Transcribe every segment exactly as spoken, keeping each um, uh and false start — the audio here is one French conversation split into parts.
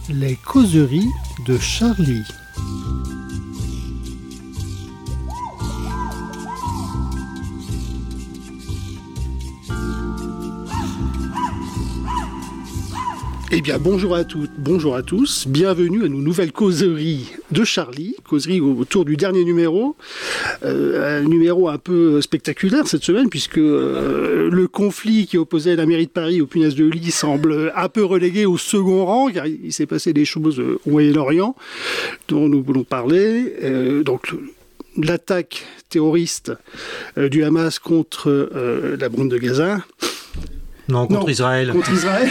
Les causeries de Charlie. Eh bien, bonjour à toutes, bonjour à tous, bienvenue à nos nouvelles causeries de Charlie, causeries autour du dernier numéro, euh, un numéro un peu spectaculaire cette semaine, puisque euh, le conflit qui opposait la mairie de Paris aux punaises de lit semble un peu relégué au second rang, car il s'est passé des choses au Moyen-Orient dont nous voulons parler. Euh, donc, l'attaque terroriste euh, du Hamas contre euh, la bande de Gaza. Non, contre non, Israël. Contre Israël.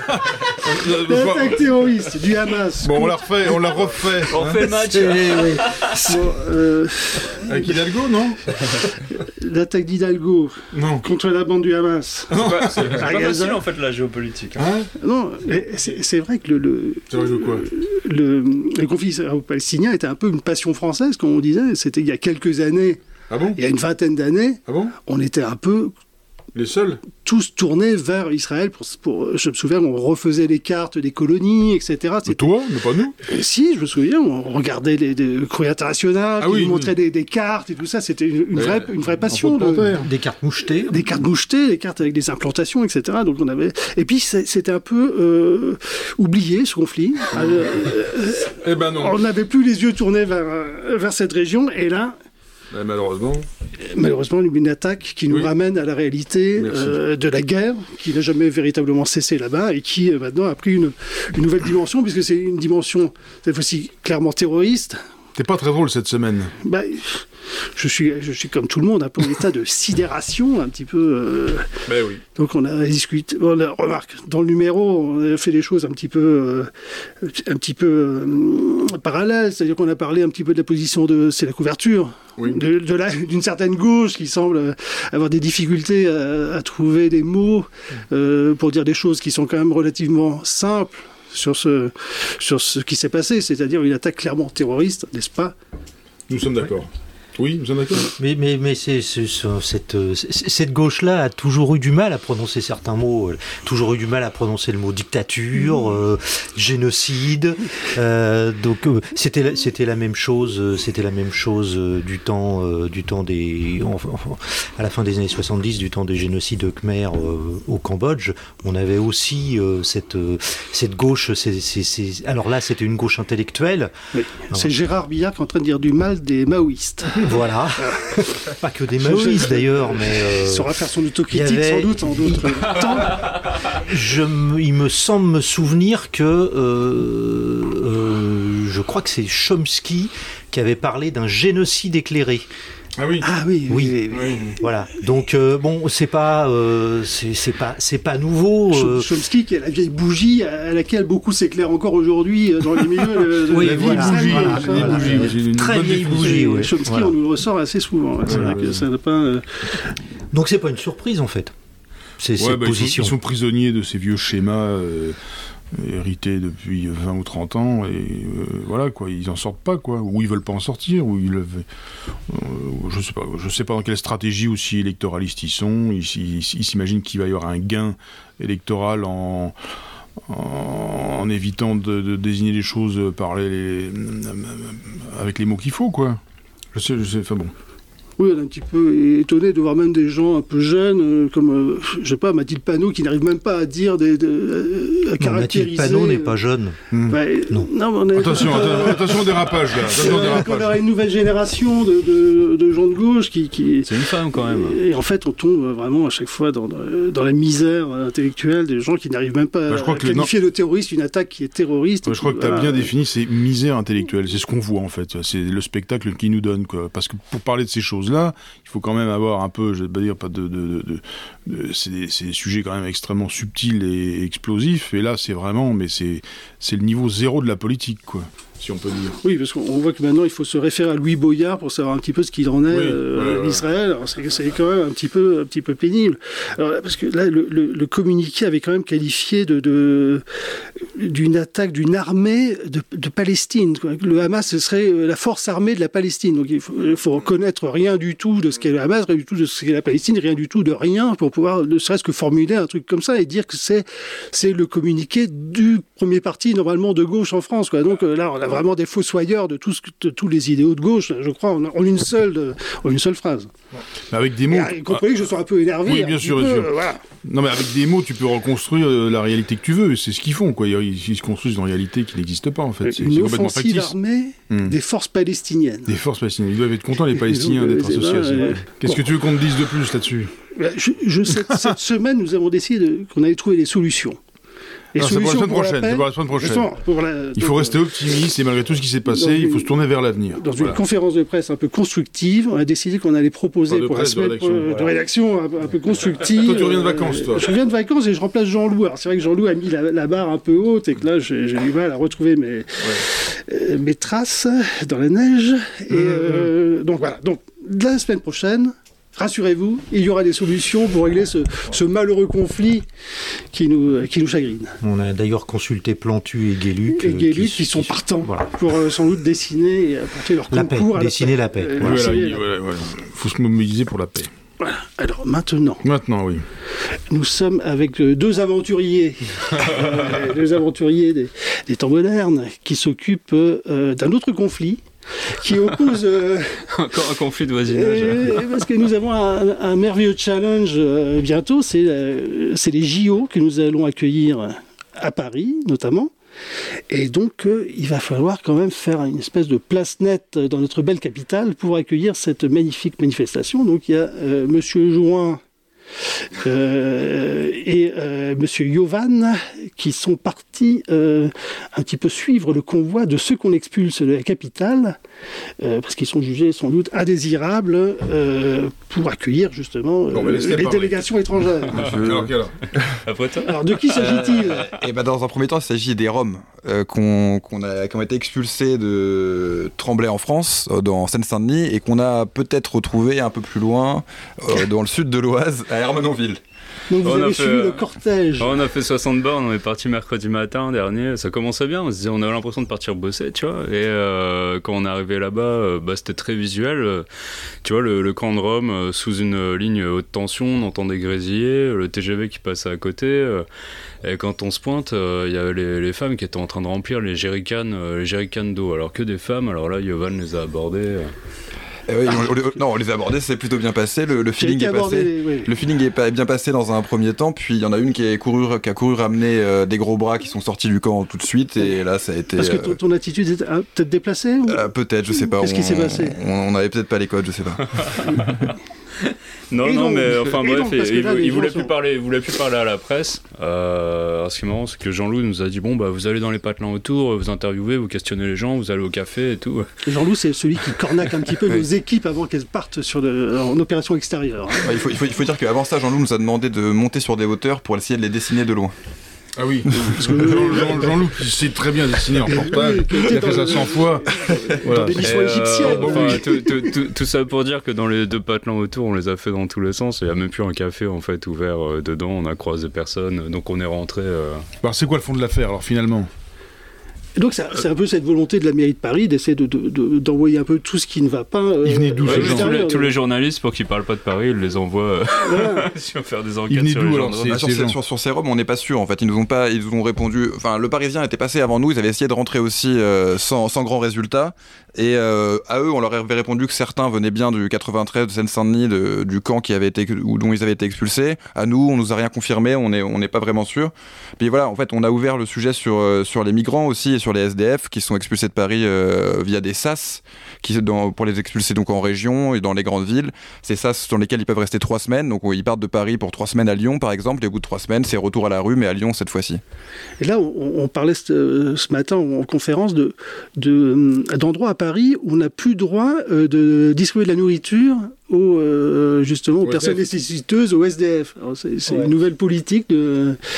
L'attaque terroriste du Hamas. Bon, on l'a refait, on l'a refait. On hein. fait le match. Bon, euh, Avec Hidalgo, non? L'attaque d'Hidalgo Non. contre la bande du Hamas. C'est pas, c'est, c'est À pas Gaza. facile en fait la géopolitique. Hein. Hein? Non, mais c'est, c'est vrai que le, le, C'est vrai de quoi? le, le conflit israélo-palestinien était un peu une passion française, comme on disait. C'était il y a quelques années, Ah bon? il y a une vingtaine d'années, Ah bon? on était un peu Les seuls? tous tournés vers Israël. Pour, pour, je me souviens, on refaisait les cartes des colonies, et cetera. Mais toi, mais pas nous? Et si, je me souviens, on regardait les, les courriers internationaux, Ah qui oui, nous montraient oui. des, des cartes et tout ça. C'était une, une, Ouais, vraie, une vraie passion. en faute de- panthère. Des cartes mouchetées. Des cartes mouchetées, des cartes avec des implantations, et cetera. Donc on avait. Et puis c'est- c'était un peu euh, oublié ce conflit. Euh, Eh ben non. on n'avait plus les yeux tournés vers, euh, vers cette région. Et là, Eh, malheureusement. malheureusement, une attaque qui nous Oui. ramène à la réalité Merci. euh, de la guerre, qui n'a jamais véritablement cessé là-bas et qui euh, maintenant a pris une, une nouvelle dimension, puisque c'est une dimension cette fois-ci clairement terroriste. T'es pas très drôle cette semaine. Bah, je suis, je suis comme tout le monde, un peu en état de sidération, un petit peu. euh, Ben oui. Donc on a discuté. On a, remarque, dans le numéro, on a fait des choses un petit peu, euh, un petit peu euh, parallèles. C'est-à-dire qu'on a parlé un petit peu de la position de, c'est la couverture, Oui. de, de la, d'une certaine gauche qui semble avoir des difficultés à, à trouver des mots euh, pour dire des choses qui sont quand même relativement simples sur ce, sur ce qui s'est passé, c'est-à-dire une attaque clairement terroriste, n'est-ce pas? Nous sommes d'accord. Oui, nous sommes d'accord. Mais, mais, mais c'est, c'est- c'est- cette, euh, c'est- cette gauche-là a toujours eu du mal à prononcer certains mots, euh, toujours eu du mal à prononcer le mot dictature, euh, génocide. Euh, donc euh, c'était, la- c'était la même chose, euh, c'était la même chose euh, du temps, euh, du temps des, enfin, enfin, à la fin des années soixante-dix, du temps des génocides khmers euh, au Cambodge. On avait aussi euh, cette, euh, cette gauche. C'est, c'est, c'est- alors là, c'était une gauche intellectuelle. Oui. C'est Gérard Billard qui est en train de dire du mal des maoïstes. Voilà. Pas que des maoïstes d'ailleurs, mais. euh, Il saura faire son il autocritique y avait- sans doute en d'autres temps. Je, me- il me semble me souvenir que euh, euh, je crois que c'est Chomsky qui avait parlé d'un génocide éclairé. Ah oui. Ah oui, oui, oui. oui. Oui. Voilà. Donc euh, bon, c'est pas, euh, c'est, c'est pas, c'est pas nouveau. euh, Ch- Chomsky, qui est la vieille bougie à laquelle beaucoup s'éclairent encore aujourd'hui euh, dans les milieux de, de Oui, la vie. voilà, Israël, voilà, voilà, J'ai des voilà. bougies, j'ai une Très bonne vieille définition. bougie, Et ouais. Chomsky, Voilà. on nous le ressort assez souvent. C'est Voilà, vrai que ouais. ça n'a pas. euh, Donc c'est pas une surprise en fait. C'est Ouais, cette bah, ils, sont, position. ils sont prisonniers de ces vieux schémas euh, hérités depuis vingt ou trente ans, et euh, voilà, quoi, ils en sortent pas, quoi, ou ils veulent pas en sortir, ou ils le- euh, je sais pas, je sais pas dans quelle stratégie aussi électoraliste ils sont, ils, ils- ils s'imaginent qu'il va y avoir un gain électoral en, en, en évitant de, de désigner les choses par les, les- avec les mots qu'il faut, quoi. Je sais, je sais, enfin bon. Oui, on est un petit peu étonné de voir même des gens un peu jeunes, euh, comme, euh, je sais pas, Mathilde Panot, qui n'arrive même pas à dire, des, de, euh, à Non, caractériser. Mathilde Panot n'est pas jeune. Ouais, Non. mais on est- Attention, euh, atta- attention au dérapage, là, attention au euh, qu'on dérapage. aura une nouvelle génération de, de, de gens de gauche qui, qui, C'est une femme quand même. Et en fait, on tombe vraiment à chaque fois dans, dans la misère intellectuelle des gens qui n'arrivent même pas Bah, je crois à que le- qualifier de terroriste une attaque qui est terroriste. Ouais, je crois que tu as Voilà. bien défini, c'est misère intellectuelle. C'est ce qu'on voit en fait. C'est le spectacle qu'ils nous donnent, quoi. Parce que pour parler de ces choses-là, il faut quand même avoir un peu, je vais pas dire, pas de. de, de, de- de- c'est, des, c'est des sujets quand même extrêmement subtils et explosifs. Et là, c'est vraiment, mais c'est, c'est le niveau zéro de la politique, quoi. Si on peut dire. Oui, parce qu'on on voit que maintenant, il faut se référer à Louis Boyard pour savoir un petit peu ce qu'il en est Oui, euh, ouais, ouais. d'Israël. Alors, c'est, c'est quand même un petit peu, un petit peu pénible. Alors, là, parce que là, le, le, le communiqué avait quand même qualifié de, de, d'une attaque d'une armée de, de Palestine, quoi. Le Hamas, ce serait la force armée de la Palestine. Donc, il faut, il faut reconnaître rien rien du tout de ce qu'est le Hamas, rien du tout de ce qu'est la Palestine, rien du tout de rien pour pouvoir ne serait-ce que formuler un truc comme ça et dire que c'est, c'est le communiqué du premier parti normalement de gauche en France, quoi. Donc là, on a vraiment des fossoyeurs de, tout ce que, de tous les idéaux de gauche, je crois, en, en, une, seule, en une seule phrase. Avec des mots... Et, comprenez que je sois un peu énervé. Oui, bien sûr, bien sûr. Euh, voilà. Non, mais avec des mots, tu peux reconstruire euh, la réalité que tu veux. C'est ce qu'ils font, quoi. Ils, ils se construisent une réalité qui n'existe pas, en fait. C'est, une c'est offensive armée hmm. des forces palestiniennes. Des forces palestiniennes. Ils doivent être contents, les Palestiniens, d'être associés à ça. Euh, Qu'est-ce bon. que tu veux qu'on te dise de plus là-dessus ? je, je, cette, cette semaine, nous avons décidé de, qu'on allait trouver des solutions. Non, c'est pour la semaine prochaine. C'est pour la semaine prochaine. Pour la, il faut donc, rester optimiste et malgré tout ce qui s'est passé, une, il faut se tourner vers l'avenir. Dans voilà. une conférence de presse un peu constructive, on a décidé qu'on allait proposer pour presse, la semaine de rédaction, euh, voilà. de rédaction un, un peu constructive. Toi, tu reviens de vacances, toi. Euh, je reviens de vacances et je remplace Jean-Loup. Alors c'est vrai que Jean-Loup a mis la, la barre un peu haute et que là, j'ai, j'ai du mal à retrouver mes, ouais. euh, mes traces dans la neige. Et mmh, euh, mmh. donc voilà. Donc la semaine prochaine. Rassurez-vous, il y aura des solutions pour régler ce, ce malheureux conflit qui nous, qui nous chagrine. On a d'ailleurs consulté Plantu et Guéluc. Et Guéluc qui, qui sont qui, partants voilà. pour euh, sans doute dessiner et apporter leur la concours paix, à la dessiner paix. la paix. Euh, voilà, voilà, il voilà, voilà. faut se mobiliser pour la paix. Voilà. Alors maintenant. Maintenant, oui. Nous sommes avec deux aventuriers, euh, deux aventuriers des, des temps modernes qui s'occupent euh, d'un autre conflit. Qui oppose... Euh, Encore un conflit de voisinage. Euh, parce que nous avons un, un merveilleux challenge euh, bientôt, c'est, euh, c'est les J O que nous allons accueillir à Paris, notamment. Et donc, euh, il va falloir quand même faire une espèce de place nette dans notre belle capitale pour accueillir cette magnifique manifestation. Donc, il y a euh, Monsieur Jouin Euh, et euh, Monsieur Yovan qui sont partis euh, un petit peu suivre le convoi de ceux qu'on expulse de la capitale euh, parce qu'ils sont jugés sans doute indésirables euh, pour accueillir justement euh, bon, les parler. délégations étrangères. Je... Alors, alors. Après toi alors de qui s'agit-il euh, Et ben dans un premier temps, il s'agit des Roms euh, qu'on, qu'on a, qui ont été expulsés de Tremblay en France, euh, dans Seine-Saint-Denis, et qu'on a peut-être retrouvé un peu plus loin, euh, dans le sud de l'Oise, à Hermenonville. Donc vous on avez fait, suivi le cortège. On a fait soixante bornes, on est parti mercredi matin dernier, ça commençait bien, on se disait, on avait l'impression de partir bosser, tu vois, et euh, quand on est arrivé là-bas, euh, bah, c'était très visuel, euh, tu vois, le, le camp de Rome, euh, sous une ligne haute tension, on entendait grésiller, le T G V qui passait à côté, euh, et quand on se pointe, il euh, y avait les, les femmes qui étaient en train de remplir les jerrycans, euh, les jerrycans d'eau, alors que des femmes, alors là, Yovan les a abordées... Euh, Eh oui, on, on, non, on les a abordés, c'est plutôt bien passé. Le, le feeling est abordé, passé. Oui. Le feeling est bien passé dans un premier temps. Puis il y en a une qui, est couru, qui a couru ramener euh, des gros bras qui sont sortis du camp tout de suite. Et là, ça a été. Parce que ton, ton attitude était euh, peut-être déplacée ou... euh, Peut-être, je sais pas. Qu'est-ce on, qui s'est passé on, on avait peut-être pas les codes, je sais pas. Non, et non, donc, mais enfin bref, donc, il, là, il, voulait sont... plus parler, il voulait plus parler à la presse. Euh, alors, ce qui est marrant, c'est que Jean-Loup nous a dit bon, bah, vous allez dans les patelins autour, vous interviewez, vous questionnez les gens, vous allez au café et tout. Jean-Loup, c'est celui qui cornaque un petit peu nos équipes avant qu'elles partent sur de, en opération extérieure. Ouais, il, faut, il, faut, il faut dire qu'avant ça, Jean-Loup nous a demandé de monter sur des hauteurs pour essayer de les dessiner de loin. Ah oui, parce que Jean, Jean, Jean-Loup qui sait très bien dessiner en reportage, oui, il a fait ça cent fois. Voilà. Dans des missions égyptiennes. Euh, enfin, oui. tout, tout, tout, tout ça pour dire que dans les deux patelins autour, on les a fait dans tous les sens. Il n'y a même plus un café en fait ouvert euh, dedans. On a croisé personne, donc on est rentré. Euh... Alors c'est quoi le fond de l'affaire alors finalement? Et donc c'est, c'est un peu cette volonté de la mairie de Paris d'essayer de, de, de, d'envoyer un peu tout ce qui ne va pas. Euh, il venait d'où ouais, tous, les, tous les journalistes, pour qu'ils ne parlent pas de Paris, ils les envoient euh, voilà. sur faire des enquêtes. Il sur les alors, c'est, sur, ces, sur, sur ces robes, on n'est pas sûr. En fait, ils nous ont pas, ils nous ont répondu. Enfin, le Parisien était passé avant nous. Ils avaient essayé de rentrer aussi euh, sans, sans grand résultat. Et euh, à eux, on leur avait répondu que certains venaient bien du quatre-vingt-treize, de Seine-Saint-Denis, de, du camp qui avait été, ou dont ils avaient été expulsés. À nous, on nous a rien confirmé. On n'est on n'est pas vraiment sûr. Puis voilà, en fait, on a ouvert le sujet sur euh, sur les migrants aussi et sur les S D F qui sont expulsés de Paris euh, via des sas qui, dans, pour les expulser donc en région et dans les grandes villes. Ces sas dans lesquels ils peuvent rester trois semaines. Donc ils partent de Paris pour trois semaines à Lyon par exemple, et au bout de trois semaines c'est retour à la rue mais à Lyon cette fois-ci. Et là on, on parlait ce, ce matin en conférence de, de, d'endroits à Paris où on n'a plus droit euh, de distribuer de la nourriture aux, euh, justement aux personnes nécessiteuses, aux S D F. Alors, c'est c'est ouais. une nouvelle politique de,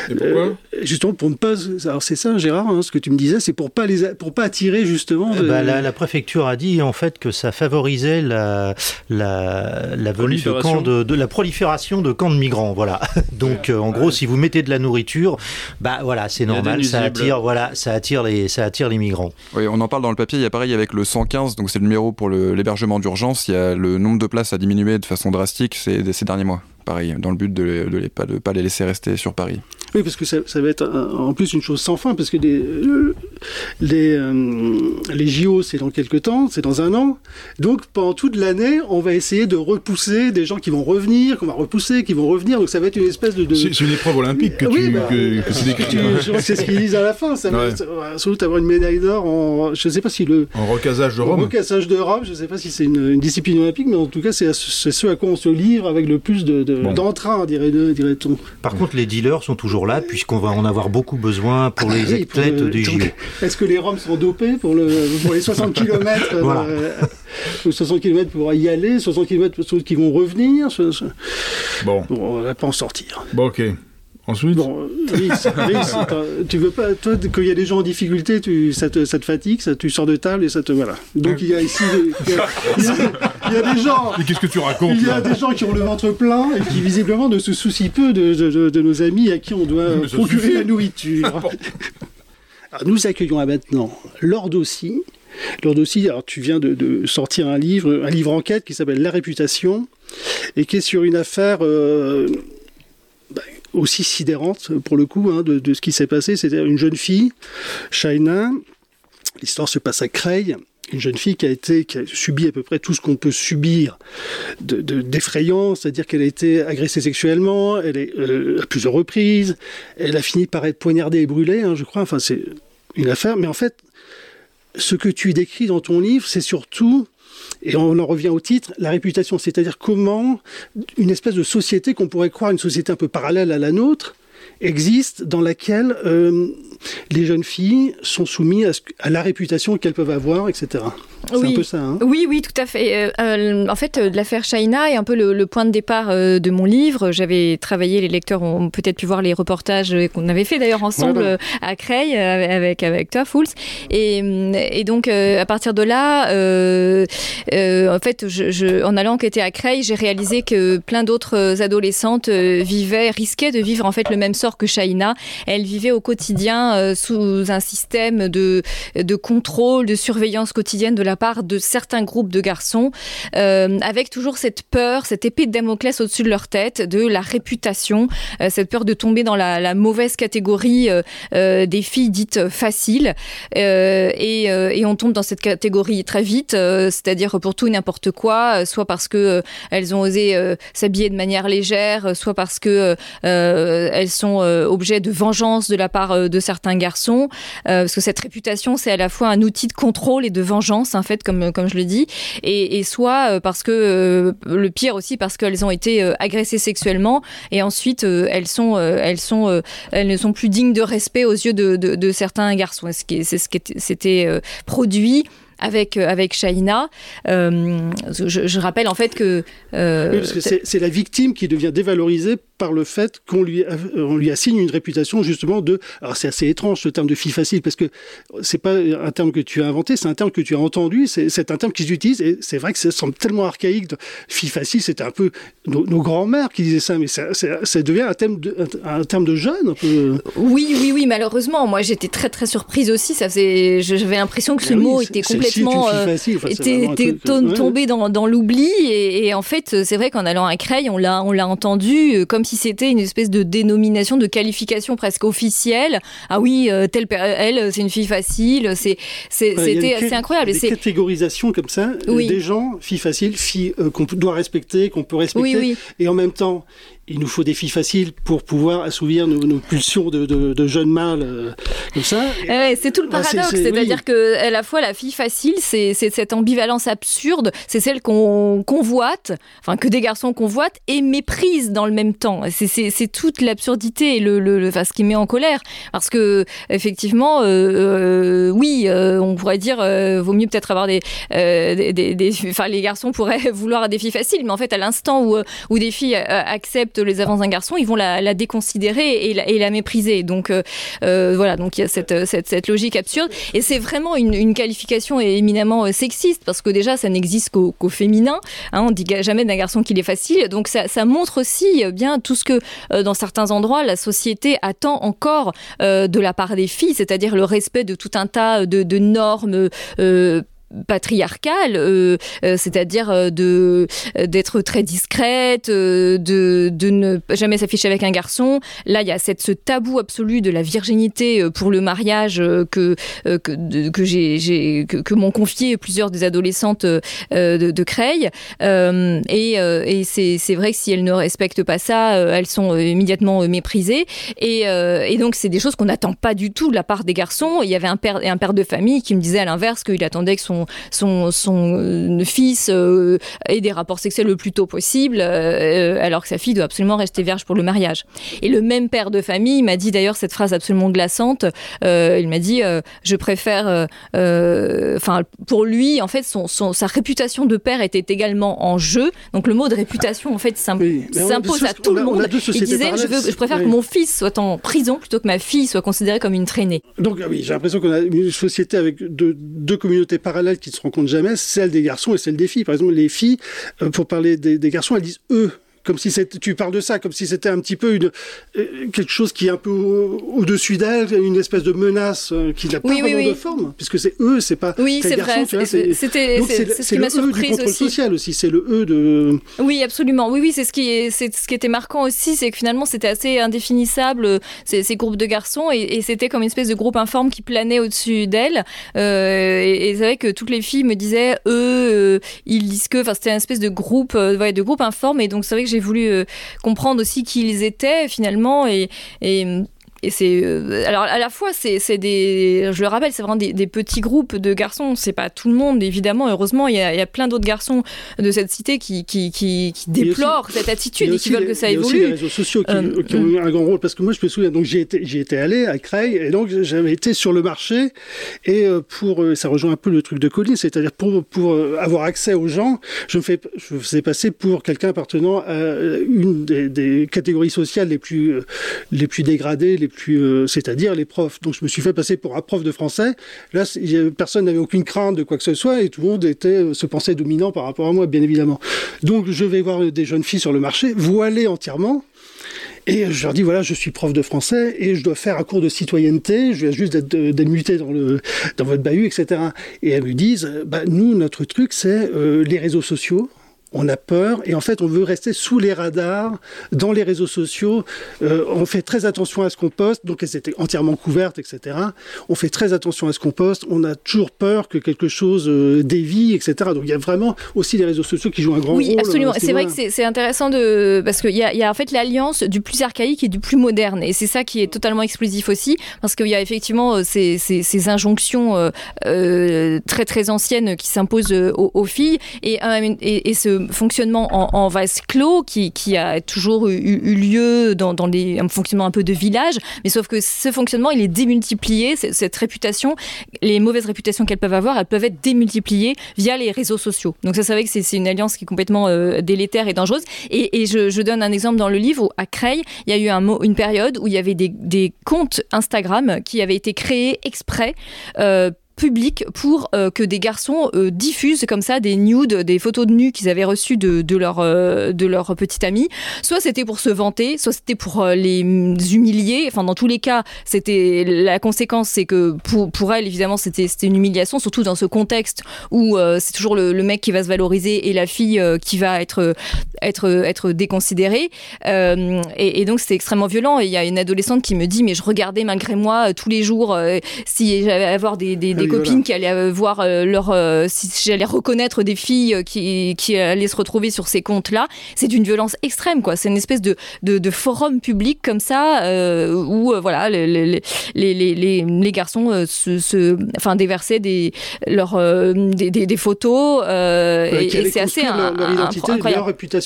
Et pourquoi euh, justement pour ne pas. Alors c'est ça, Gérard, hein, ce que tu me disais, c'est pour pas les, pour pas attirer justement. De... Bah, la, la préfecture a dit en fait que ça favorisait la la, la venue de camps de, de la prolifération de camps de migrants. Voilà. Donc euh, en ouais. gros, si vous mettez de la nourriture, bah voilà, c'est normal, ça attire, voilà, ça attire les, ça attire les migrants. Oui, on en parle dans le papier. Il y a pareil avec le cent quinze, donc c'est le numéro pour le, l'hébergement d'urgence. Il y a le nombre de places a diminué de façon drastique ces, ces derniers mois. Pareil, dans le but de ne de les, pas, de pas les laisser rester sur Paris. Oui, parce que ça, ça va être un, en plus une chose sans fin, parce que les, les, euh, les J O, c'est dans quelques temps, c'est dans un an. Donc, pendant toute l'année, on va essayer de repousser des gens qui vont revenir, qu'on va repousser, qui vont revenir. Donc, ça va être une espèce de... de... C'est, c'est une épreuve olympique que oui, tu... Bah, que, que c'est décrit. Je crois que c'est ce qu'ils disent à la fin. Ça ouais. va, ça va sans doute avoir une médaille d'or en... Je ne sais pas si le... En recassage de Rome. En recassage de Rome, je ne sais pas si c'est une, une discipline olympique, mais en tout cas, c'est, c'est ce à quoi on se livre avec le plus de, de, bon. d'entrain, dirait-on. Par contre, les dealers sont toujours là, puisqu'on va en avoir beaucoup besoin pour ah les oui, athlètes pour le, des J O. Est-ce que les Roms sont dopés pour, le, pour les soixante kilomètres voilà. euh, soixante kilomètres pour y aller, soixante kilomètres pour ceux qui vont revenir ce, ce... Bon. bon. On va pas en sortir. Bon, ok. Ensuite bon, oui, c'est, oui, c'est, tu veux pas, toi, quand il y a des gens en difficulté, tu, ça, te, ça te fatigue, ça, tu sors de table et ça te. Voilà. Donc il y a ici. Il y a, il y a, il y a des gens. Mais qu'est-ce que tu racontes Il y a là des gens qui ont le ventre plein et qui visiblement ne se soucient peu de, de, de, de nos amis à qui on doit procurer suffit. La nourriture. Alors, nous accueillons maintenant Laure Dossi. Laure Dossi, alors tu viens de, de sortir un livre, un livre enquête qui s'appelle La Réputation et qui est sur une affaire. Euh, bah, aussi sidérante pour le coup hein, de, de ce qui s'est passé. C'était une jeune fille, Shaina. L'histoire se passe à Creil. Une jeune fille qui a, été, qui a subi à peu près tout ce qu'on peut subir de, de, d'effrayant, c'est-à-dire qu'elle a été agressée sexuellement, elle est, euh, à plusieurs reprises, elle a fini par être poignardée et brûlée, hein, je crois. Enfin, c'est une affaire. Mais en fait, ce que tu décris dans ton livre, c'est surtout... Et on en revient au titre, la réputation, c'est-à-dire comment une espèce de société qu'on pourrait croire une société un peu parallèle à la nôtre existe, dans laquelle euh, les jeunes filles sont soumises à, ce, à la réputation qu'elles peuvent avoir, et cetera. C'est oui. un peu ça, hein. Oui, oui, tout à fait. Euh, en fait, l'affaire Shaina est un peu le, le point de départ euh, de mon livre. J'avais travaillé, les lecteurs ont peut-être pu voir les reportages qu'on avait fait d'ailleurs ensemble voilà. à Creil avec, avec toi, Fools. Et, et donc, euh, à partir de là, euh, euh, en fait, je, je, en allant enquêter à Creil, j'ai réalisé que plein d'autres adolescentes euh, vivaient, risquaient de vivre en fait le même sort que Shaina. Elles vivaient au quotidien euh, sous un système de, de contrôle, de surveillance quotidienne de la part de certains groupes de garçons, euh, avec toujours cette peur, cette épée de Damoclès au-dessus de leur tête, de la réputation, euh, cette peur de tomber dans la, la mauvaise catégorie euh, euh, des filles dites faciles. Euh, et, euh, et on tombe dans cette catégorie très vite, euh, c'est-à-dire pour tout et n'importe quoi, soit parce qu'elles euh, ont osé euh, s'habiller de manière légère, soit parce qu'elles euh, sont euh, objets de vengeance de la part euh, de certains garçons, euh, parce que cette réputation, c'est à la fois un outil de contrôle et de vengeance, en fait, comme, comme je le dis, et, et soit parce que, euh, le pire aussi, parce qu'elles ont été euh, agressées sexuellement, et ensuite, euh, elles, sont, euh, elles, sont, euh, elles ne sont plus dignes de respect aux yeux de, de, de certains garçons. C'est ce qui s'était euh, produit avec, avec Shaina. Euh, je, je rappelle en fait que... Euh, oui, parce que c'est, c'est la victime qui devient dévalorisée par le fait qu'on lui, on lui assigne une réputation justement de... Alors c'est assez étrange ce terme de fille facile, parce que c'est pas un terme que tu as inventé, c'est un terme que tu as entendu, c'est, c'est un terme qu'ils utilisent, et c'est vrai que ça semble tellement archaïque. De, fille facile, c'était un peu nos, nos grands-mères qui disaient ça, mais ça, ça, ça devient un terme, de, un, un terme de jeune un peu. Oui, oui, oui, malheureusement. Moi, j'étais très, très surprise aussi. Ça faisait, j'avais l'impression que ce oui, mot c'est, était c'est complètement... Euh, facile, enfin, était, était truc, ouais. tombé dans, dans l'oubli, et, et en fait, c'est vrai qu'en allant à Creil, on l'a, on l'a entendu comme si c'était une espèce de dénomination, de qualification presque officielle. Ah oui, euh, telle elle, c'est une fille facile. C'est, c'est, ouais, c'était assez incroyable. Des c'est... catégorisations comme ça, oui. des gens, filles faciles, filles euh, qu'on doit respecter, qu'on peut respecter, oui, oui. et en même temps, il nous faut des filles faciles pour pouvoir assouvir nos, nos pulsions de, de, de jeunes mâles euh, comme ça. Ouais, c'est tout le paradoxe, ah, c'est, c'est, c'est-à-dire oui. que à la fois la fille facile, c'est, c'est cette ambivalence absurde, c'est celle qu'on convoite, enfin que des garçons convoitent et méprisent dans le même temps. C'est, c'est, c'est toute l'absurdité et le, le, le, enfin, ce qui met en colère, parce que effectivement, euh, euh, oui, euh, on pourrait dire, euh, vaut mieux peut-être avoir des, euh, des, des, des, enfin les garçons pourraient vouloir des filles faciles, mais en fait à l'instant où où des filles euh, acceptent acceptent les avances d'un garçon, ils vont la, la déconsidérer et la, et la mépriser. Donc euh, euh, voilà, donc il y a cette, cette, cette logique absurde. Et c'est vraiment une, une qualification éminemment sexiste, parce que déjà, ça n'existe qu'au, qu'au féminin. Hein, on ne dit jamais d'un garçon qu'il est facile. Donc ça, ça montre aussi bien tout ce que, euh, dans certains endroits, la société attend encore euh, de la part des filles, c'est-à-dire le respect de tout un tas de, de normes euh, patriarcale, euh, euh, c'est-à-dire euh, de euh, d'être très discrète, euh, de de ne jamais s'afficher avec un garçon. Là, il y a cette ce tabou absolu de la virginité pour le mariage euh, que euh, que de, que j'ai j'ai que, que m'ont confié plusieurs des adolescentes euh, de, de Creil. Euh, et euh, et c'est c'est vrai que si elles ne respectent pas ça, euh, elles sont immédiatement méprisées. Et euh, et donc c'est des choses qu'on n'attend pas du tout de la part des garçons. Il y avait un père un père de famille qui me disait à l'inverse qu'il attendait que son son, son euh, fils euh, ait des rapports sexuels le plus tôt possible, euh, alors que sa fille doit absolument rester vierge pour le mariage. Et le même père de famille m'a dit d'ailleurs cette phrase absolument glaçante, euh, il m'a dit euh, je préfère, enfin euh, pour lui en fait son, son, sa réputation de père était également en jeu, donc le mot de réputation en fait s'im- oui, s'impose à tout a, le monde. Il disait je, veux, je préfère oui. que mon fils soit en prison plutôt que ma fille soit considérée comme une traînée. Donc oui, j'ai l'impression qu'on a une société avec deux, deux communautés parallèles qui ne se rencontrent jamais, celle des garçons et celle des filles. Par exemple, les filles, euh, pour parler des, des garçons, elles disent « eux ». Comme si c'était, tu parles de ça, comme si c'était un petit peu une, euh, quelque chose qui est un peu au, au-dessus d'elle, une espèce de menace euh, qui n'a pas oui, vraiment oui, oui. de forme, puisque c'est eux, c'est pas oui, tel c'est garçon. Vrai. Tu vois, c'est, c'était, donc c'est, c'est, c'est ce c'est qui m'a le E du contrôle aussi. social aussi, c'est le E de... Oui, absolument. Oui, oui, c'est ce qui, est, c'est ce qui était marquant aussi, c'est que finalement c'était assez indéfinissable, ces, ces groupes de garçons, et, et c'était comme une espèce de groupe informe qui planait au-dessus d'elles. Euh, et, et c'est vrai que toutes les filles me disaient, eux, euh, ils disent que... Enfin, c'était une espèce de groupe, euh, ouais, de groupe informe, et donc c'est vrai que j'ai voulu... Euh, comprendre aussi qui ils étaient finalement et, et Et c'est euh, alors à la fois c'est c'est des je le rappelle c'est vraiment des, des petits groupes de garçons, c'est pas tout le monde évidemment, heureusement il y a il y a plein d'autres garçons de cette cité qui qui qui, qui déplorent aussi, cette attitude et qui veulent les, que ça évolue. Il y a aussi les réseaux sociaux qui, euh, qui ont eu un grand rôle, parce que moi je me souviens, donc j'y étais j'y étais allé à Creil et donc j'avais été sur le marché et pour ça rejoint un peu le truc de Colline, c'est-à-dire pour pour avoir accès aux gens, je me fais je me faisais passer pour quelqu'un appartenant à une des, des catégories sociales les plus les plus dégradées, les plus, euh, c'est-à-dire les profs. Donc je me suis fait passer pour un prof de français. Là, personne n'avait aucune crainte de quoi que ce soit et tout le monde était, se pensait dominant par rapport à moi, bien évidemment. Donc je vais voir des jeunes filles sur le marché, voilées entièrement. Et je leur dis, voilà, je suis prof de français et je dois faire un cours de citoyenneté, je viens juste d'être, d'être muté dans, le, dans votre bahut, et cetera. Et elles me disent, bah, nous, notre truc, c'est euh, les réseaux sociaux. On a peur et en fait on veut rester sous les radars dans les réseaux sociaux. Euh, on fait très attention à ce qu'on poste, donc elles étaient entièrement couvertes, et cetera. On fait très attention à ce qu'on poste. On a toujours peur que quelque chose euh, dévie, et cetera. Donc il y a vraiment aussi les réseaux sociaux qui jouent un grand oui, rôle. Oui, absolument. C'est vrai que c'est, c'est intéressant de parce qu'il y a, il y a en fait l'alliance du plus archaïque et du plus moderne, et c'est ça qui est totalement explosif aussi, parce qu'il y a effectivement ces, ces, ces injonctions euh, euh, très très anciennes qui s'imposent aux, aux filles et, et, et ce fonctionnement en, en vase clos qui, qui a toujours eu, eu lieu dans, dans les, un fonctionnement un peu de village, mais sauf que ce fonctionnement il est démultiplié, cette, cette réputation, les mauvaises réputations qu'elles peuvent avoir, elles peuvent être démultipliées via les réseaux sociaux. Donc ça c'est vrai que c'est, c'est une alliance qui est complètement euh, délétère et dangereuse, et, et je, je donne un exemple dans le livre où à Creil il y a eu un, une période où il y avait des, des comptes Instagram qui avaient été créés exprès euh, public pour euh, que des garçons euh, diffusent comme ça des nudes, des photos de nus qu'ils avaient reçues de, de, leur, euh, de leur petite amie. Soit c'était pour se vanter, soit c'était pour euh, les humilier. Enfin, dans tous les cas, c'était la conséquence, c'est que pour, pour elle, évidemment, c'était, c'était une humiliation, surtout dans ce contexte où euh, c'est toujours le, le mec qui va se valoriser et la fille euh, qui va être, être, être déconsidérée. Euh, et, et donc, c'était extrêmement violent. Et il y a une adolescente qui me dit, mais je regardais malgré moi euh, tous les jours euh, si j'allais avoir des, des, des copines voilà. qui allaient voir euh, leur euh, si j'allais reconnaître des filles qui qui allaient se retrouver sur ces comptes-là. C'est d'une violence extrême, quoi. C'est une espèce de de, de forum public comme ça euh, où euh, voilà les les les les les, les garçons euh, se, se enfin déversaient des leurs euh, des, des des photos euh, ouais, et, et c'est assez leur, un, leur identité, incroyable. leur réputation.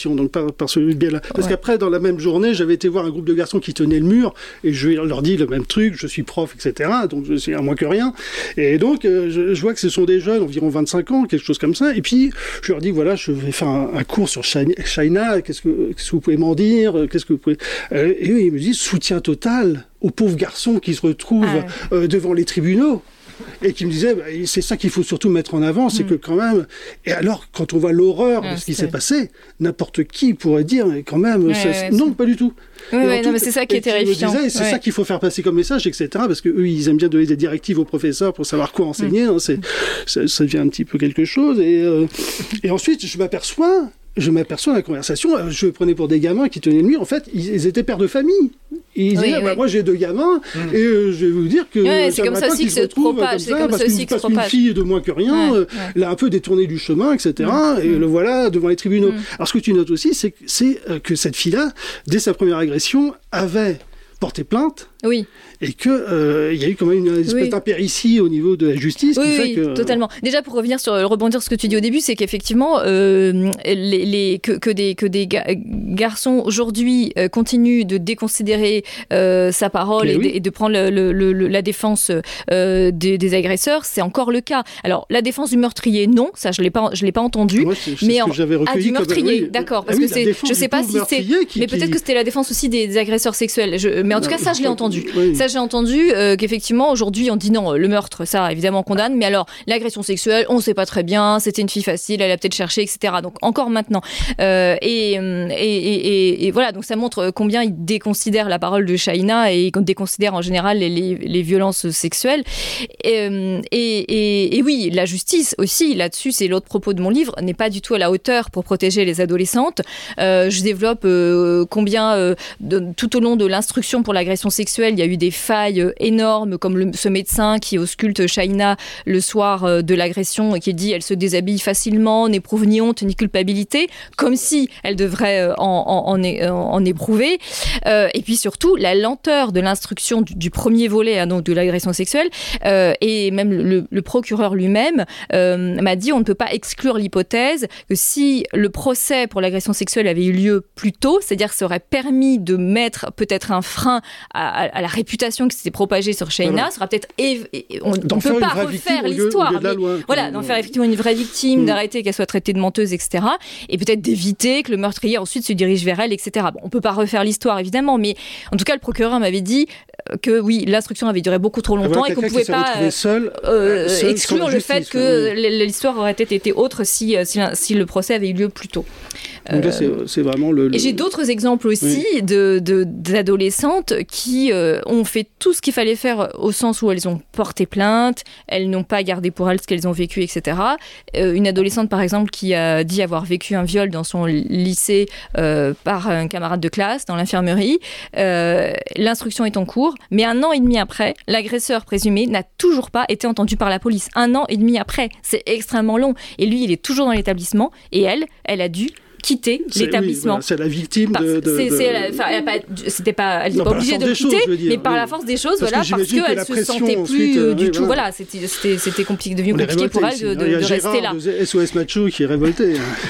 agression, donc par, par ce biais-là. Parce ouais. qu'après, dans la même journée, j'avais été voir un groupe de garçons qui tenaient le mur, et je leur dis le même truc, je suis prof, et cetera, donc c'est à moins que rien. Et donc, euh, je, je vois que ce sont des jeunes, environ vingt-cinq ans, quelque chose comme ça, et puis je leur dis, voilà, je vais faire un, un cours sur China, qu'est-ce que, qu'est-ce que vous pouvez m'en dire, qu'est-ce que vous pouvez... Euh, et eux, ils me disent, soutien total aux pauvres garçons qui se retrouvent ah ouais. euh, devant les tribunaux. Et qui me disait, bah, c'est ça qu'il faut surtout mettre en avant, c'est mmh. que quand même... Et alors, quand on voit l'horreur ah, de ce qui s'est passé, n'importe qui pourrait dire, mais quand même... Ouais, ça, ouais, non, c'est... pas du tout. Oui, ouais, non, mais c'est ça qui est terrifiant. Disait, c'est ouais. ça qu'il faut faire passer comme message, et cetera. Parce qu'eux, ils aiment bien donner des directives aux professeurs pour savoir quoi enseigner. Mmh. Hein, c'est, ça, ça devient un petit peu quelque chose. Et, euh, et ensuite, je m'aperçois... Je m'aperçois dans la conversation, je prenais pour des gamins qui tenaient le mur, en fait, ils étaient pères de famille. Et ils oui, disaient, oui. bah, moi j'ai deux gamins, mmh. et euh, je vais vous dire que ouais, c'est comme ça aussi que se propage, c'est comme ça aussi que se propage. Parce qu'une fille de moins que rien, ouais, ouais. elle a un peu détourné du chemin, et cetera. Mmh. Et mmh. le voilà devant les tribunaux. Mmh. Alors ce que tu notes aussi, c'est que, c'est que cette fille-là, dès sa première agression, avait porté plainte. Oui. Et qu'il euh, y a eu quand même une espèce oui. d'impéritie au niveau de la justice. Oui, qui oui fait que... totalement. Déjà, pour revenir sur, rebondir sur ce que tu dis au début, c'est qu'effectivement, euh, les, les, que, que des, que des ga- garçons aujourd'hui euh, continuent de déconsidérer euh, sa parole et, oui. de, et de prendre le, le, le, la défense euh, des, des agresseurs, c'est encore le cas. Alors, la défense du meurtrier, non, ça je ne l'ai pas, je l'ai pas entendu. Moi, c'est, c'est mais ce en, que j'avais recueilli ah, du meurtrier, comme... d'accord. Parce ah, oui, que c'est, je ne sais pas si c'est... Qui, mais peut-être qui... que c'était la défense aussi des, des agresseurs sexuels. Je, mais en tout non, cas, ça, je l'ai entendu. Oui. Ça, j'ai entendu euh, qu'effectivement, aujourd'hui, on dit non, le meurtre, ça, évidemment, on condamne. Mais alors, l'agression sexuelle, on ne sait pas très bien, c'était une fille facile, elle a peut-être cherché, et cetera. Donc, encore maintenant. Euh, et, et, et, et voilà, donc ça montre combien ils déconsidèrent la parole de Shaina et ils déconsidèrent en général les, les, les violences sexuelles. Et, et, et, et oui, la justice aussi, là-dessus, c'est l'autre propos de mon livre, n'est pas du tout à la hauteur pour protéger les adolescentes. Euh, je développe euh, combien, euh, de, tout au long de l'instruction pour l'agression sexuelle, il y a eu des failles énormes, comme le, ce médecin qui ausculte Shaina le soir de l'agression et qui dit elle se déshabille facilement, n'éprouve ni honte ni culpabilité, comme si elle devrait en, en, en, en éprouver. Euh, et puis surtout, la lenteur de l'instruction du, du premier volet, hein, donc de l'agression sexuelle, euh, et même le, le procureur lui-même euh, m'a dit on ne peut pas exclure l'hypothèse que si le procès pour l'agression sexuelle avait eu lieu plus tôt, c'est-à-dire que ça aurait permis de mettre peut-être un frein à, à, à la réputation qui s'était propagée sur Shaina, voilà. Ça sera peut-être év- on ne peut pas refaire l'histoire, lieu, mais, voilà, d'en faire effectivement une vraie victime, mmh. d'arrêter qu'elle soit traitée de menteuse, et cetera. Et peut-être d'éviter que le meurtrier ensuite se dirige vers elle, et cetera. Bon, on ne peut pas refaire l'histoire évidemment, mais en tout cas le procureur m'avait dit que oui, l'instruction avait duré beaucoup trop longtemps et qu'on ne pouvait pas seul, euh, seul, exclure le fait que oui. l'histoire aurait été autre si, si, si le procès avait eu lieu plus tôt. Donc là, c'est, c'est vraiment le, le... Et j'ai d'autres exemples aussi oui. de, de, d'adolescentes qui euh, ont fait tout ce qu'il fallait faire au sens où elles ont porté plainte, elles n'ont pas gardé pour elles ce qu'elles ont vécu, et cetera. Euh, une adolescente, par exemple, qui a dit avoir vécu un viol dans son lycée euh, par un camarade de classe, dans l'infirmerie. Euh, l'instruction est en cours, mais un an et demi après, l'agresseur présumé n'a toujours pas été entendu par la police. Un an et demi après, c'est extrêmement long. Et lui, il est toujours dans l'établissement, et elle, elle a dû quitter c'est, l'établissement. Oui, voilà, c'est la victime de... de, c'est, de... c'est la, elle pas, c'était pas, elle n'était pas obligée de le quitter, choses, dire, mais par oui. la force des choses, parce voilà, que parce qu'elle se sentait ensuite, plus euh, du oui, tout... Voilà, voilà c'était, c'était, c'était compliqué, devenu compliqué pour elle de, de, de rester là. Il y a S O S Macho qui est révolté.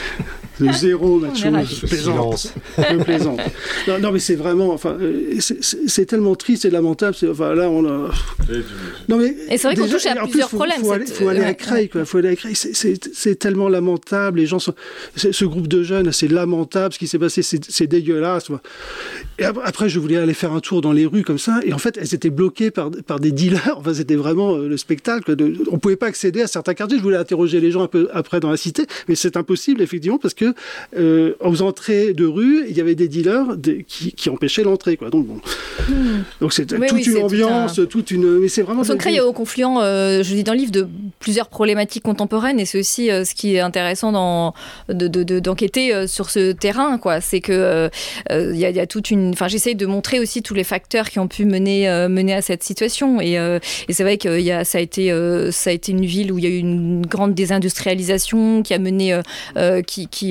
Le zéro macho, je plaisante. Je plaisante. Non, non, mais c'est vraiment, enfin, c'est, c'est, c'est tellement triste et lamentable. C'est, enfin, là, on a. Non, mais et c'est vrai déjà, qu'on touche à plusieurs plus, problèmes. Il faut, aller, faut aller à Creil, quoi. Faut aller à Creil. C'est, c'est, c'est tellement lamentable. Les gens sont, c'est, ce groupe de jeunes, c'est lamentable. Ce qui s'est passé, c'est, c'est dégueulasse. Et après, je voulais aller faire un tour dans les rues comme ça, et en fait, elles étaient bloquées par par des dealers. Enfin, c'était vraiment le spectacle. De, on pouvait pas accéder à certains quartiers. Je voulais interroger les gens un peu après dans la cité, mais c'est impossible effectivement parce que Euh, aux entrées de rue, il y avait des dealers de, qui, qui empêchaient l'entrée, quoi. Donc bon, mmh. donc c'est oui, toute oui, une c'est ambiance, tout un... toute une. Mais c'est vraiment. On crée au confluent, euh, je dis dans le livre, de plusieurs problématiques contemporaines, et c'est aussi euh, ce qui est intéressant dans, de, de, de, d'enquêter euh, sur ce terrain, quoi. C'est que il euh, y, y a toute une. Enfin, j'essaye de montrer aussi tous les facteurs qui ont pu mener euh, mener à cette situation, et, euh, et c'est vrai que y a, ça a été euh, ça a été une ville où il y a eu une grande désindustrialisation qui a mené, euh, qui qui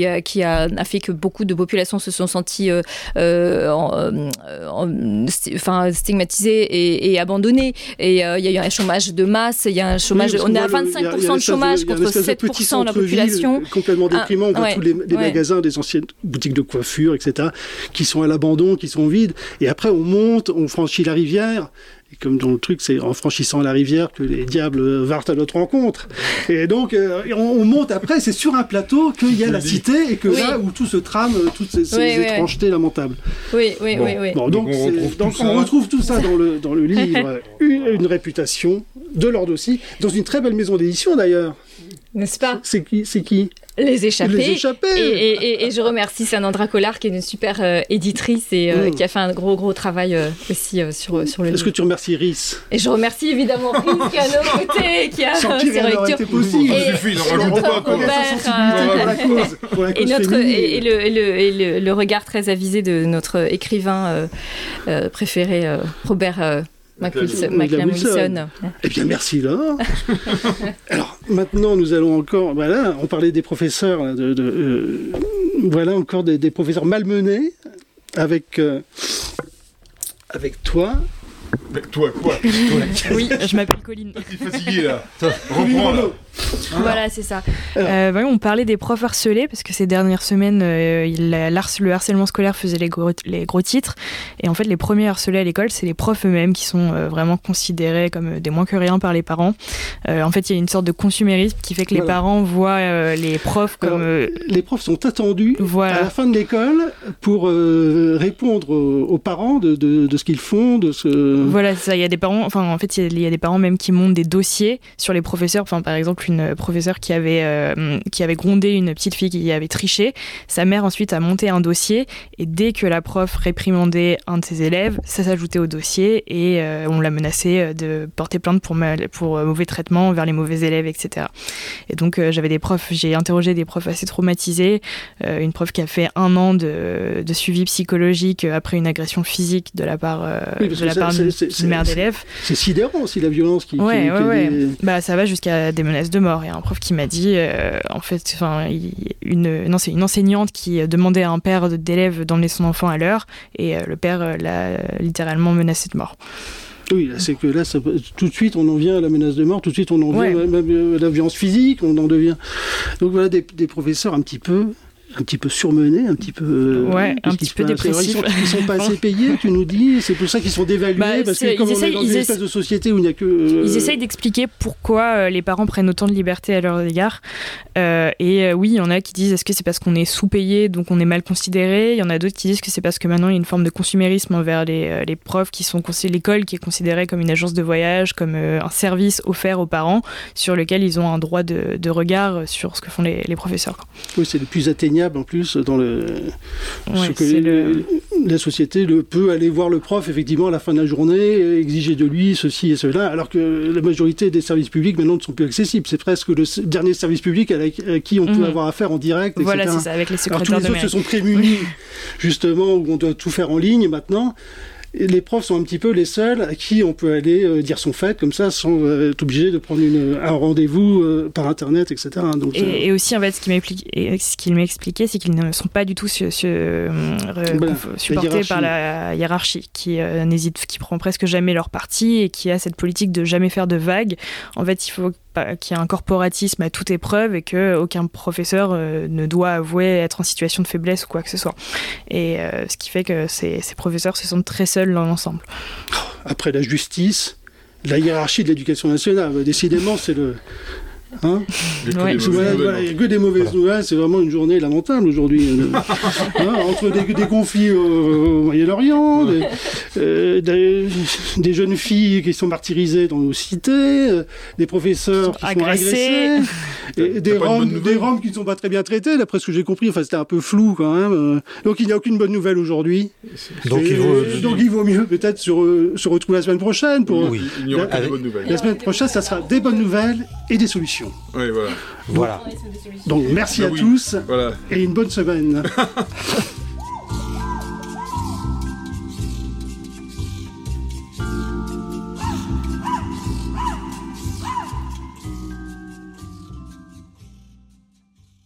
qui, a, qui a, a fait que beaucoup de populations se sont senties euh, euh, en, en, enfin, stigmatisées et, et abandonnées. Et il euh, y a eu un chômage de masse, il y a un chômage, oui, on est à vingt-cinq pour cent de chômage contre sept pour cent de la population. Complètement déprimant, on voit ouais, tous les, les ouais. magasins des anciennes boutiques de coiffure, et cetera, qui sont à l'abandon, qui sont vides. Et après, on monte, on franchit la rivière. Et comme dans le truc, c'est en franchissant la rivière que les diables vinrent à notre rencontre. Et donc, euh, on, on monte après, c'est sur un plateau qu'il y a la cité et que oui. là où tout se trame, toutes ces, ces oui, étrangetés oui. lamentables. Oui, oui, bon. oui. oui. Bon, donc, donc, on retrouve, donc, on retrouve tout ça dans le, dans le livre, une, une réputation de Lord aussi, dans une très belle maison d'édition d'ailleurs. N'est-ce pas ? C'est qui, c'est qui ? Les Échappés. Les Échappés. Et, et, et, et je remercie Sanandra Collard, qui est une super euh, éditrice et euh, mmh. qui a fait un gros, gros travail euh, aussi euh, sur, sur le Est-ce livre. que tu remercies Rhys ? Et je remercie évidemment Rhys, qui est à nos côtés, qui a Sans qui rien n'aurait été possible. Et, il suffit, et notre pas, Robert, pour la cause, pour la cause et, notre, féminine. et, et, le, et, le, et le, le regard très avisé de notre écrivain euh, euh, préféré, euh, Robert euh, McLean Wilson. Eh bien, merci Laure. Alors, maintenant, nous allons encore... Voilà, on parlait des professeurs, là, de, de, euh, voilà encore des, des professeurs malmenés, avec, euh, avec toi... Avec toi, quoi ? Oui, je m'appelle Colline. T'es fatigué, là. Reprends, là. Voilà, c'est ça. Euh, bah, on parlait des profs harcelés, parce que ces dernières semaines, euh, il, le harcèlement scolaire faisait les gros, les gros titres. Et en fait, les premiers harcelés à l'école, c'est les profs eux-mêmes qui sont euh, vraiment considérés comme des moins que rien par les parents. Euh, en fait, il y a une sorte de consumérisme qui fait que les voilà. parents voient euh, les profs comme... Alors, les profs sont attendus voilà. à la fin de l'école pour euh, répondre aux, aux parents de, de, de ce qu'ils font, de ce... Voilà, c'est ça. Il y a des parents, enfin, en fait, il y, y a des parents même qui montent des dossiers sur les professeurs. Enfin, par exemple, une professeure qui avait, euh, qui avait grondé une petite fille qui avait triché. Sa mère, ensuite, a monté un dossier. Et dès que la prof réprimandait un de ses élèves, ça s'ajoutait au dossier. Et euh, on l'a menacé de porter plainte pour, mal, pour euh, mauvais traitement vers les mauvais élèves, et cetera. Et donc, euh, j'avais des profs, j'ai interrogé des profs assez traumatisés. Euh, une prof qui a fait un an de, de suivi psychologique après une agression physique de la part, euh, oui, de la part d'une mère d'élève. C'est sidérant aussi la violence qui. Ouais, qui, ouais, qui ouais. Des... Bah, ça va jusqu'à des menaces de mort. Il y a un prof qui m'a dit, euh, en fait, enfin, une, non, c'est une enseignante qui demandait à un père d'élève d'emmener son enfant à l'heure, et euh, le père l'a littéralement menacé de mort. Oui, c'est que là, ça, tout de suite, on en vient à la menace de mort, tout de suite, on en vient ouais. à la violence physique, on en devient. Donc voilà, des, des professeurs un petit peu. un petit peu surmenés, un petit peu... Ouais, un petit peu dépressifs. Ils ne sont, sont pas assez payés, tu nous dis, c'est pour ça qu'ils sont dévalués, bah, parce que comme on est dans une espèce de société où il n'y a que... Euh... Ils essayent d'expliquer pourquoi euh, les parents prennent autant de liberté à leur égard. Euh, et euh, oui, il y en a qui disent, est-ce que c'est parce qu'on est sous-payé, donc on est mal considéré ? Il y en a d'autres qui disent que c'est parce que maintenant il y a une forme de consumérisme envers les, euh, les profs, qui sont l'école qui est considérée comme une agence de voyage, comme euh, un service offert aux parents, sur lequel ils ont un droit de, de regard sur ce que font les, les professeurs. Quoi. Oui, c'est le plus atteignable en plus dans le ouais, ce que les, le... la société le, peut aller voir le prof effectivement à la fin de la journée, exiger de lui ceci et cela, alors que la majorité des services publics maintenant ne sont plus accessibles. C'est presque le dernier service public à, la, à qui on peut mmh. avoir affaire en direct, voilà, et cetera. C'est ça, avec les secrétaires alors tous les autres se sont prémunis justement où on doit tout faire en ligne maintenant. Et les profs sont un petit peu les seuls à qui on peut aller euh, dire son fait, comme ça, sans euh, être obligé de prendre une, un rendez-vous euh, par Internet, et cetera. Donc, et, euh... et aussi, en fait, ce qu'il m'a expliqué, c'est qu'ils ne sont pas du tout su, su, euh, voilà, supportés la par la hiérarchie, qui euh, n'hésite, qui prend presque jamais leur parti et qui a cette politique de jamais faire de vagues. En fait, il faut qu'il y ait un corporatisme à toute épreuve et qu'aucun professeur euh, ne doit avouer être en situation de faiblesse ou quoi que ce soit. Et euh, ce qui fait que ces, ces professeurs se sentent très seuls dans l'ensemble. Après la justice, la hiérarchie de l'éducation nationale, décidément, c'est le... Hein ouais. Voilà, voilà, il n'y a que des mauvaises voilà. nouvelles, c'est vraiment une journée lamentable aujourd'hui. hein, entre des, des conflits au, au Moyen-Orient, des, euh, des, des jeunes filles qui sont martyrisées dans nos cités, euh, des professeurs qui agressés. sont agressés, et des Roms, des Roms qui ne sont pas très bien traités, d'après ce que j'ai compris. Enfin, c'était un peu flou quand même. Donc il n'y a aucune bonne nouvelle aujourd'hui. Donc, il vaut... Donc il vaut mieux peut-être se, re, se retrouver la semaine prochaine. Pour oui, il n'y aura pas de bonnes nouvelles. La semaine prochaine, ça sera des bonnes nouvelles et des solutions. Oui, voilà. Voilà. Donc merci ben à oui. tous voilà. Et une bonne semaine.